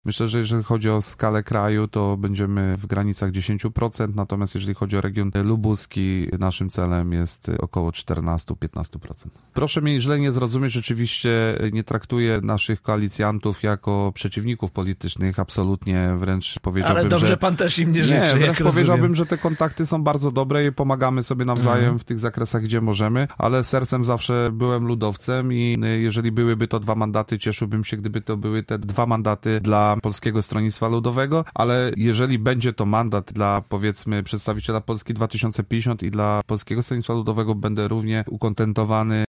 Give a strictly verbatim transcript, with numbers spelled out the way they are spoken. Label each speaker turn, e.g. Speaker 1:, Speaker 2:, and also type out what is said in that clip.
Speaker 1: Myślę, że jeżeli chodzi o skalę kraju, to będziemy w granicach dziesięć procent, natomiast jeżeli chodzi o region lubuski, naszym celem jest około czternaście do piętnastu procent. Proszę mnie źle nie zrozumieć, rzeczywiście nie traktuję naszych koalicjantów jako przeciwników politycznych, absolutnie, wręcz powiedziałbym,
Speaker 2: Ale dobrze
Speaker 1: że...
Speaker 2: pan też im nie życzy,
Speaker 1: Nie, wręcz
Speaker 2: jak
Speaker 1: powiedziałbym,
Speaker 2: rozumiem.
Speaker 1: że te kontakty są bardzo dobre i pomagamy sobie nawzajem mhm. w tych zakresach, gdzie możemy, ale sercem zawsze byłem ludowcem i jeżeli byłyby to dwa mandaty, cieszyłbym się, gdyby to były te dwa mandaty dla Polskiego Stronnictwa Ludowego, ale jeżeli będzie to mandat dla, powiedzmy, przedstawiciela Polski dwa tysiące pięćdziesiąt i dla Polskiego Stronnictwa Ludowego, będę równie ukontentowany.